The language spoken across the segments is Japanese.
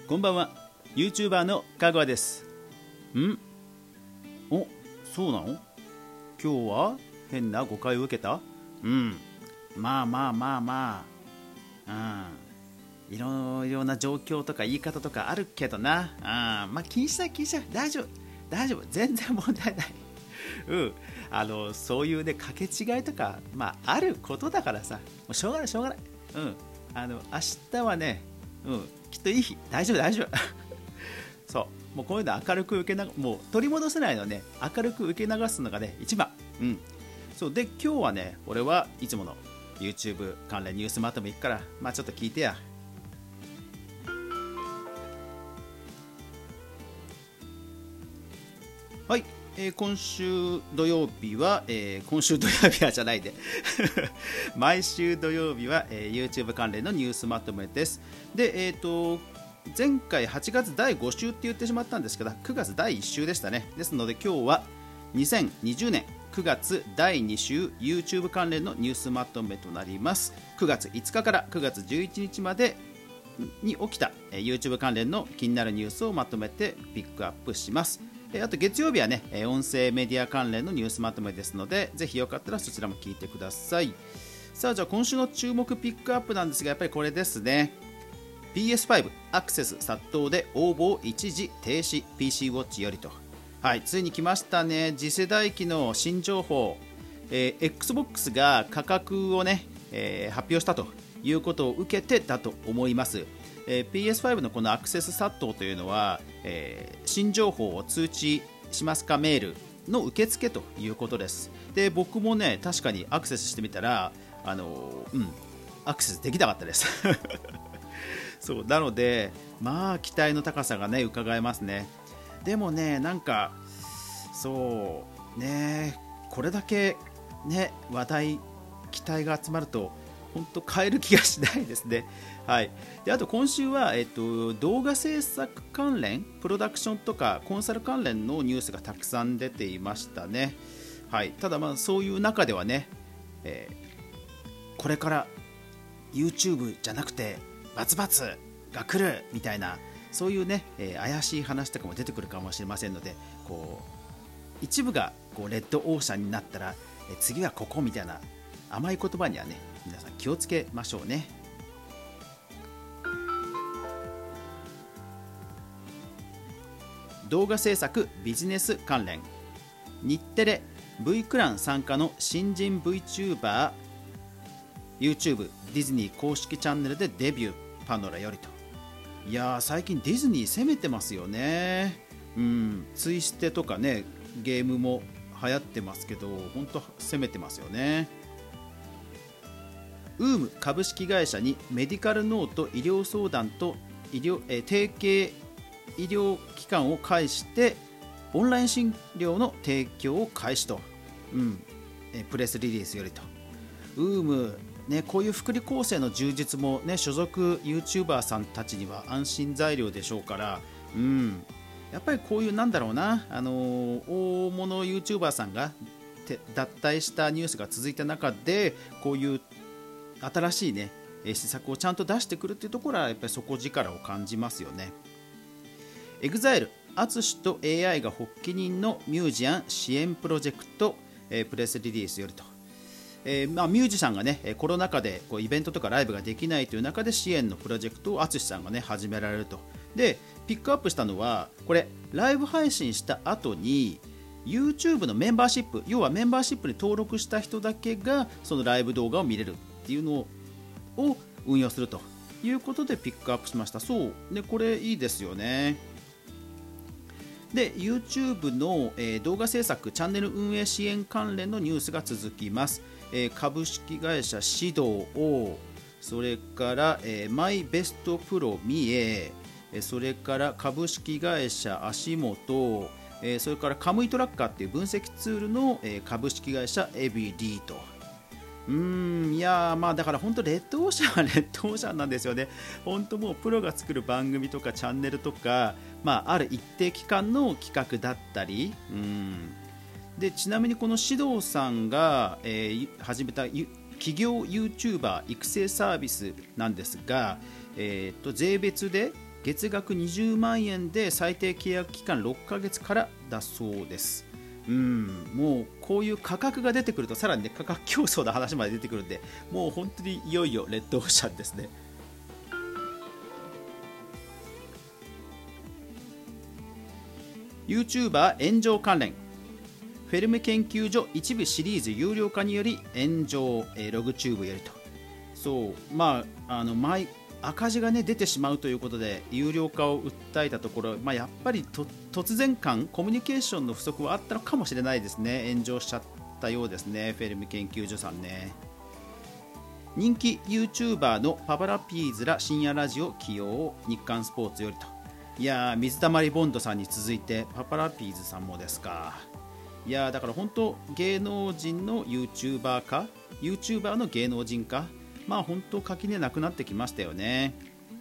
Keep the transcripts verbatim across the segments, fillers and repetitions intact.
こんばんは。 YouTuber のかぐわです。んお、そうなの？今日は変な誤解を受けた？うん、まあまあまあまあ、うん、いろいろな状況とか言い方とかあるけどな。うん、まあ気にしない気にしない、大丈夫大丈夫、全然問題ない。うん、あのそういうね、掛け違いとか、まあ、あることだからさ、もうしょうがないしょうがない。うん、あの明日はね、うん、きっといい日、大丈夫大丈夫。そうもうこういうの明るく受けな、もう取り戻せないのね、明るく受け流すのがね一番。うん、そうで、今日はね、俺はいつもの YouTube 関連ニュースまとめいくから、まあちょっと聞いてや。はい、えー今週土曜日は、えー今週土曜日はじゃないで毎週土曜日は、えー YouTube 関連のニュースまとめです。で、えっ、と前回はちがつだいご週って言ってしまったんですけど、くがつだいいち週でしたね。ですので今日はにせんにじゅうねんくがつだいに週 YouTube 関連のニュースまとめとなります。くがついつかからくがつじゅういちにちまでに起きた、えー YouTube 関連の気になるニュースをまとめてピックアップします。えーあと月曜日はね、えー音声メディア関連のニュースまとめですので、ぜひよかったらそちらも聞いてください。さあ、じゃあ今週の注目ピックアップなんですが、やっぱりこれですね。ピーエスファイブ アクセス殺到で応募一時停止 ピーシー ウォッチよりと、はい、ついに来ましたね。次世代機の新情報、えー Xbox が価格をね、えー発表したということを受けてだと思います。えー ピーエスファイブ のこのアクセス殺到というのは、えー新情報を通知しますかメールの受付ということです。で、僕もね、確かにアクセスしてみたら、あのーうん、アクセスできなかったです。そうなので、まあ期待の高さがね伺えますね。でもね、なんかそうね、これだけね話題、期待が集まると本当変える気がしないですね。はい。で、あと今週は、えっと、動画制作関連、プロダクションとかコンサル関連のニュースがたくさん出ていましたね。はい。ただまあそういう中ではね、えーこれから YouTube じゃなくてバツバツが来るみたいな、そういうね、えー怪しい話とかも出てくるかもしれませんので、こう一部がこうレッドオーシャンになったら、えー次はここみたいな甘い言葉にはね、皆さん気をつけましょうね。動画制作ビジネス関連、日テレ V クラン参加の新人 VTuber、 YouTube ディズニー公式チャンネルでデビュー、パノラよりと。いやー、最近ディズニー攻めてますよね。うん、ツイステとかね、ゲームも流行ってますけど、本当攻めてますよね。ウーム株式会社にメディカルノート医療相談と医療、えー提携医療機関を介してオンライン診療の提供を開始と、うんえープレスリリースよりと。ウームね、こういう福利厚生の充実も、ね、所属 YouTuber さんたちには安心材料でしょうから、うん、やっぱりこういうなんだろうな、あのー大物 YouTuber さんがて脱退したニュースが続いた中で、こういう新しいねえー施策をちゃんと出してくるっていうところは、やっぱり底力を感じますよね。エグザイル 淳と エーアイ が発起人のミュージアン支援プロジェクト、えープレスリリースよりと。えーまあ、ミュージシャンがねコロナ禍でこうイベントとかライブができないという中で支援のプロジェクトを淳さんがね始められると。で、ピックアップしたのはこれ、ライブ配信した後に YouTube のメンバーシップ、要はメンバーシップに登録した人だけがそのライブ動画を見れるっていうのを運用するということでピックアップしました。そうで、これいいですよね。で、 YouTube の、えー動画制作チャンネル運営支援関連のニュースが続きます。えー株式会社シドを、それから、えーマイベストプロミエ、えーそれから株式会社足元、えーそれからカムイトラッカーっていう分析ツールの、えー株式会社エビディと。うーん、いやー、まあだから本当レッドオーシャンはレッドオーシャンなんですよね。本当もうプロが作る番組とかチャンネルとか、まあ、ある一定期間の企画だったり、うんで、ちなみにこの指導さんが、えー始めたゆ企業 YouTuber 育成サービスなんですが、えーと税別で月額にじゅうまんえんで最低契約期間ろっかげつからだそうです。うん、もうこういう価格が出てくるとさらに、ね、価格競争の話まで出てくるんで、もう本当にいよいよレッドオーシャンですね。YouTuber 炎上関連、フェルム研究所一部シリーズ有料化により炎上、えー、ログチューブよりと。そうまああの毎赤字が、ね、出てしまうということで有料化を訴えたところ、まあ、やっぱりと突然感コミュニケーションの不足はあったのかもしれないですね。炎上しちゃったようですね、フェルム研究所さんね。人気 YouTuber のパパラピーズら深夜ラジオ起用、日刊スポーツよりと。いやー、水溜りボンドさんに続いてパパラピーズさんもですか。いやー、だから本当芸能人の YouTuber 化、 YouTuber の芸能人化、まあ本当垣根なくなってきましたよね。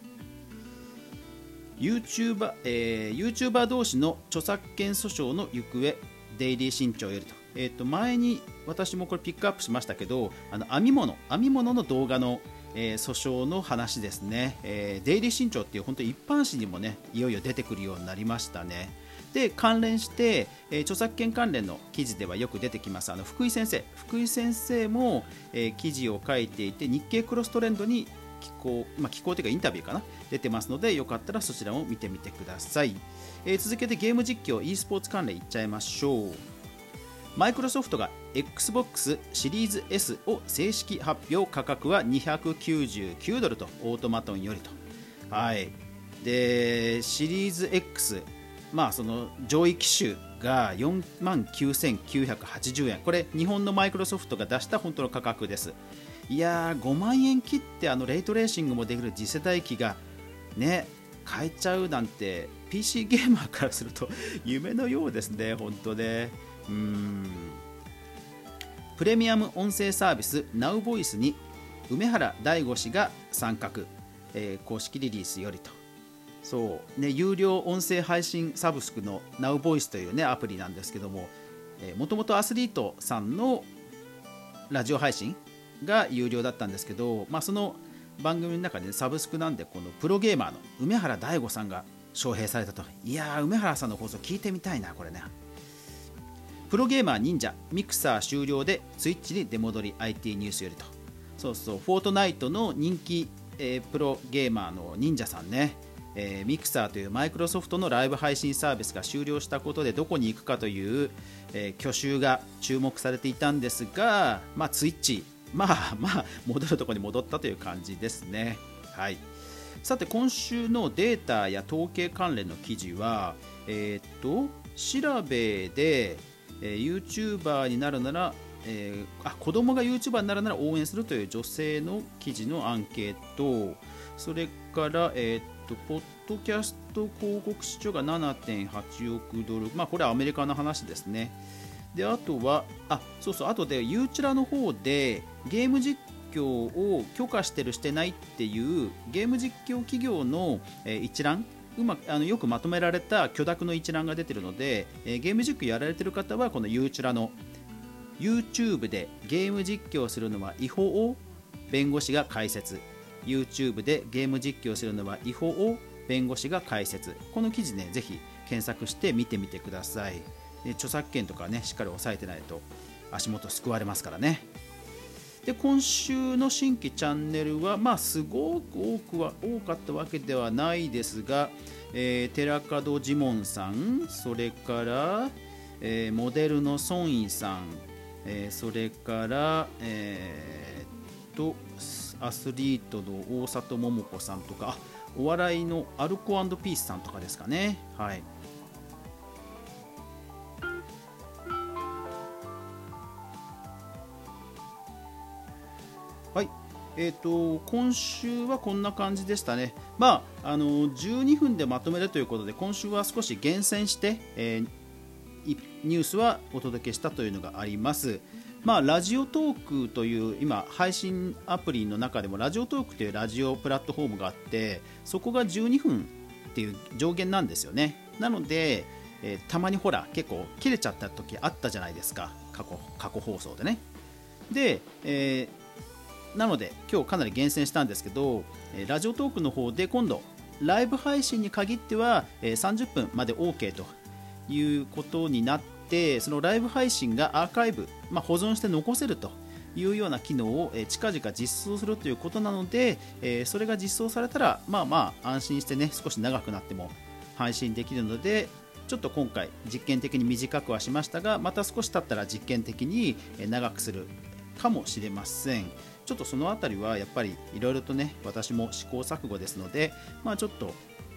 YouTuber、えー、YouTuber 同士の著作権訴訟の行方、デイリー新潮よりと。えー、と前に私もこれピックアップしましたけど、あの編み物編み物の動画の、えー、訴訟の話ですね。えー、デイリー新潮っていう本当一般紙にもねいよいよ出てくるようになりましたね。で関連して、えー、著作権関連の記事ではよく出てきますあの福井先生福井先生も、えー、記事を書いていて、日経クロストレンドに寄稿、まあ、寄稿というかインタビューかな出てますので、よかったらそちらも見てみてください。えー、続けてゲーム実況 e スポーツ関連いっちゃいましょう。マイクロソフトが Xbox シリーズ S を正式発表、価格はにひゃくきゅうじゅうきゅうドルとオートマトンよりと。はい、でシリーズ X、まあ、その上位機種がよんまんきゅうせんきゅうひゃくはちじゅうえん、これ日本のマイクロソフトが出した本当の価格です。いやー、ごまんえん切ってあのレイトレーシングもできる次世代機がね買えちゃうなんて ピーシー ゲーマーからすると夢のようですね、本当ね。うーんプレミアム音声サービス Now Voice に梅原大吾氏が参画、えー、公式リリースよりと。そうね、有料音声配信サブスクの Now Voice という、ね、アプリなんですけども、もともとアスリートさんのラジオ配信が有料だったんですけど、まあ、その番組の中で、ね、サブスクなんでこのプロゲーマーの梅原大吾さんが招聘されたと。いやー、梅原さんの放送聞いてみたいなこれね。プロゲーマー忍者ミクサー終了でツイッチに出戻り アイティー ニュースよりと。そうそう、フォートナイトの人気、えー、プロゲーマーの忍者さんね、えー、ミクサーというマイクロソフトのライブ配信サービスが終了したことでどこに行くかという、えー、去就が注目されていたんですが、まあ、ツイッチ、まあまあ戻るところに戻ったという感じですね。はい、さて今週のデータや統計関連の記事は、えー、っと調べで、えー、YouTuber になるなら、えー、あ子供が YouTuber になるなら応援するという女性の記事のアンケート、それから、えー、っとポッドキャスト広告市場が ななてんはちおくドル、まあ、これはアメリカの話ですね。であとはあそうそうあとで ユーチュラの方でゲーム実況を許可してるしてないっていうゲーム実況企業の、えー、一覧、うまくあのよくまとめられた許諾の一覧が出ているので、えー、ゲーム実況やられている方はこの ユーチュラの YouTube でゲーム実況するのは違法を弁護士が解説、 YouTube でゲーム実況するのは違法を弁護士が解説、この記事ねぜひ検索して見てみてください。で著作権とかねしっかり押さえてないと足元すくわれますからね。で今週の新規チャンネルは、まあ、すごく多くは多かったわけではないですが、えー、寺門ジモンさん、それから、えー、モデルのソンイさん、えー、それから、えー、とアスリートの大里桃子さんとか、お笑いのアルコ&ピースさんとかですかね。はい、はい、えーと、今週はこんな感じでしたね。まあ、あのじゅうにふんでまとめるということで今週は少し厳選して、えー、ニュースはお届けしたというのがあります。まあ、ラジオトークという今配信アプリの中でもラジオトークというラジオプラットフォームがあって、そこがじゅうにふんっていう上限なんですよね。なので、えー、たまにほら結構切れちゃった時あったじゃないですか、過去、過去放送でね。で、えーなので今日かなり厳選したんですけど、ラジオトークの方で今度ライブ配信に限っては、えー、さんじゅっぷんまで OK ということになって、そのライブ配信がアーカイブ、まあ、保存して残せるというような機能を、えー、近々実装するということなので、えー、それが実装されたらまあまあ安心してね、少し長くなっても配信できるので、ちょっと今回実験的に短くはしましたが、また少し経ったら実験的に長くするかもしれません。ちょっとそのあたりはやっぱりいろいろとね、私も試行錯誤ですので、まあちょっと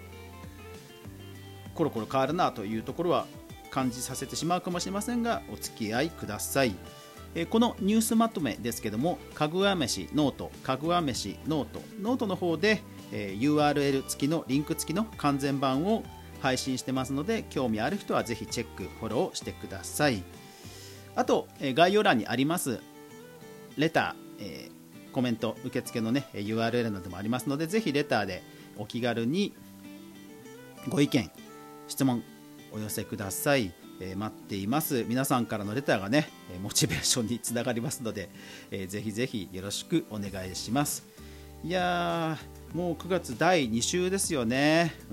コロコロ変わるなというところは感じさせてしまうかもしれませんが、お付き合いください。えこのニュースまとめですけども、かぐわ飯ノート、かぐわ飯ノート、ノートの方で、えー、ユーアールエル 付きのリンク付きの完全版を配信してますので、興味ある人はぜひチェックフォローしてください。あと、えー、概要欄にありますレター、えー、コメント受付のね ユーアールエル などもありますので、ぜひレターでお気軽にご意見質問お寄せください。えー、待っています。皆さんからのレターがねモチベーションにつながりますので、えー、ぜひぜひよろしくお願いします。いやー、もうくがつだいに週ですよね。うん、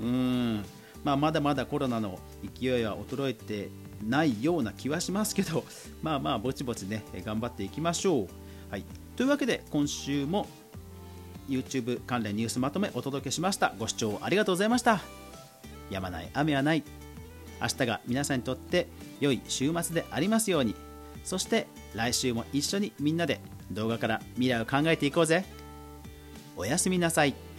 まあ、まだまだコロナの勢いは衰えてないような気はしますけど、まあまあぼちぼちね頑張っていきましょう。はい、というわけで今週も YouTube 関連ニュースまとめお届けしました。ご視聴ありがとうございました。やまない雨はない。明日が皆さんにとって良い週末でありますように。そして来週も一緒にみんなで動画から未来を考えていこうぜ。おやすみなさい。